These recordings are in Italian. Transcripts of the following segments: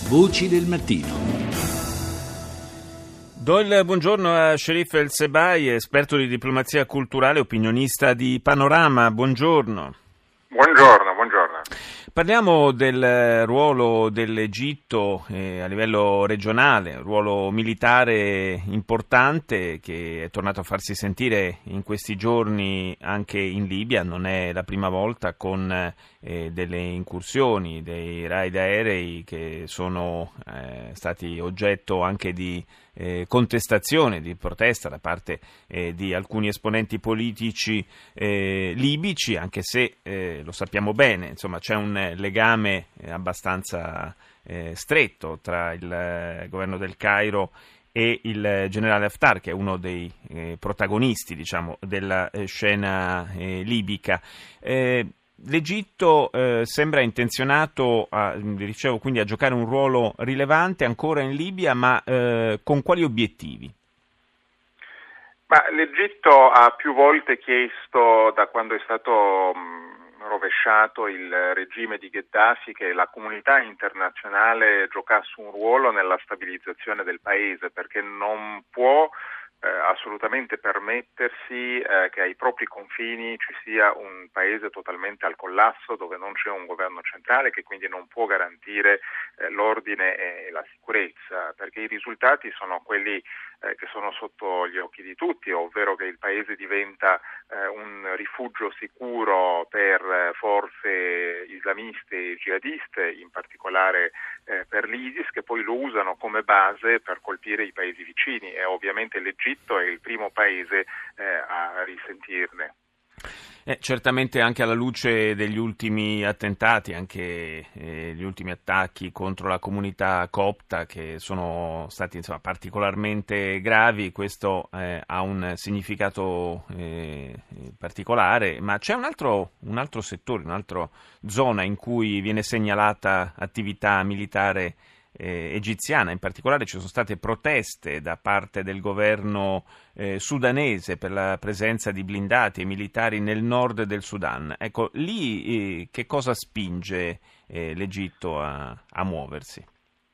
Voci del mattino. Do il buongiorno a Sherif El Sebaj, esperto di diplomazia culturale, opinionista di Panorama. Buongiorno. Buongiorno. Parliamo del ruolo dell'Egitto a livello regionale, un ruolo militare importante che è tornato a farsi sentire in questi giorni anche in Libia. Non è la prima volta, con delle incursioni, dei raid aerei che sono stati oggetto anche di contestazione, di protesta da parte di alcuni esponenti politici libici, anche se lo sappiamo bene, insomma, c'è un legame abbastanza stretto tra il governo del Cairo e il generale Haftar, che è uno dei protagonisti, diciamo, della scena libica. L'Egitto sembra intenzionato quindi a giocare un ruolo rilevante ancora in Libia, ma con quali obiettivi? Ma l'Egitto ha più volte chiesto, da quando è stato rovesciato il regime di Gheddafi, che la comunità internazionale giocasse un ruolo nella stabilizzazione del paese, perché non può assolutamente permettersi che ai propri confini ci sia un paese totalmente al collasso, dove non c'è un governo centrale, che quindi non può garantire l'ordine e la sicurezza, perché i risultati sono quelli che sono sotto gli occhi di tutti, ovvero che il paese diventa un rifugio sicuro per forze islamiste e jihadiste, in particolare per l'ISIS, che poi lo usano come base per colpire i paesi vicini, e ovviamente l'Egitto è il primo paese a risentirne. Certamente, anche alla luce degli ultimi attentati, anche gli ultimi attacchi contro la comunità copta, che sono stati particolarmente gravi, questo ha un significato particolare, ma c'è un altro settore, un'altra zona in cui viene segnalata attività militare egiziana. In particolare ci sono state proteste da parte del governo sudanese per la presenza di blindati e militari nel nord del Sudan. Ecco, lì che cosa spinge l'Egitto a muoversi?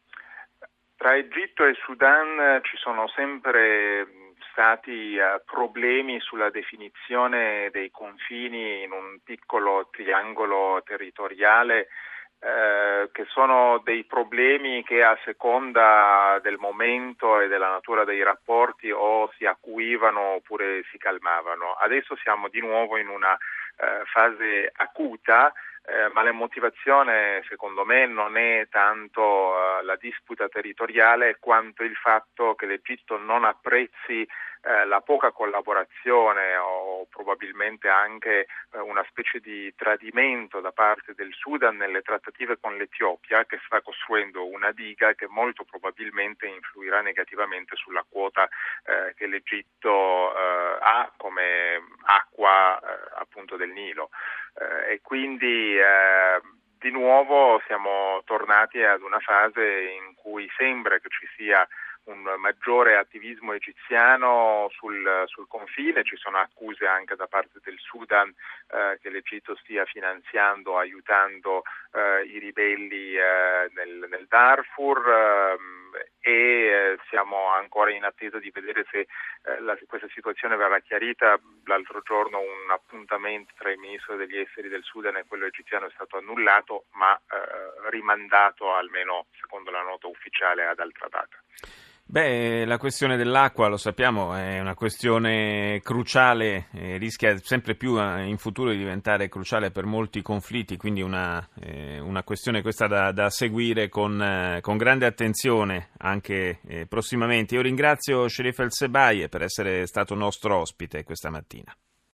Tra Egitto e Sudan ci sono sempre stati problemi sulla definizione dei confini in un piccolo triangolo territoriale, che sono dei problemi che, a seconda del momento e della natura dei rapporti, o si acuivano oppure si calmavano. Adesso siamo di nuovo in una fase acuta, ma la motivazione, secondo me, non è tanto la disputa territoriale quanto il fatto che l'Egitto non apprezzi la poca collaborazione, o probabilmente anche una specie di tradimento da parte del Sudan nelle trattative con l'Etiopia, che sta costruendo una diga che molto probabilmente influirà negativamente sulla quota che l'Egitto ha come acqua appunto del Nilo, e quindi di nuovo siamo tornati ad una fase in cui sembra che ci sia un maggiore attivismo egiziano sul confine. Ci sono accuse anche da parte del Sudan che l'Egitto stia finanziando, aiutando i ribelli nel Darfur, e siamo ancora in attesa di vedere se questa situazione verrà chiarita. L'altro giorno un appuntamento tra il ministro degli esteri del Sudan e quello egiziano è stato annullato, ma rimandato, almeno secondo la nota ufficiale, ad altra data. La questione dell'acqua, lo sappiamo, è una questione cruciale, rischia sempre più in futuro di diventare cruciale per molti conflitti, quindi una questione questa da seguire con grande attenzione anche prossimamente. Io ringrazio Sherif El Sebaj per essere stato nostro ospite questa mattina.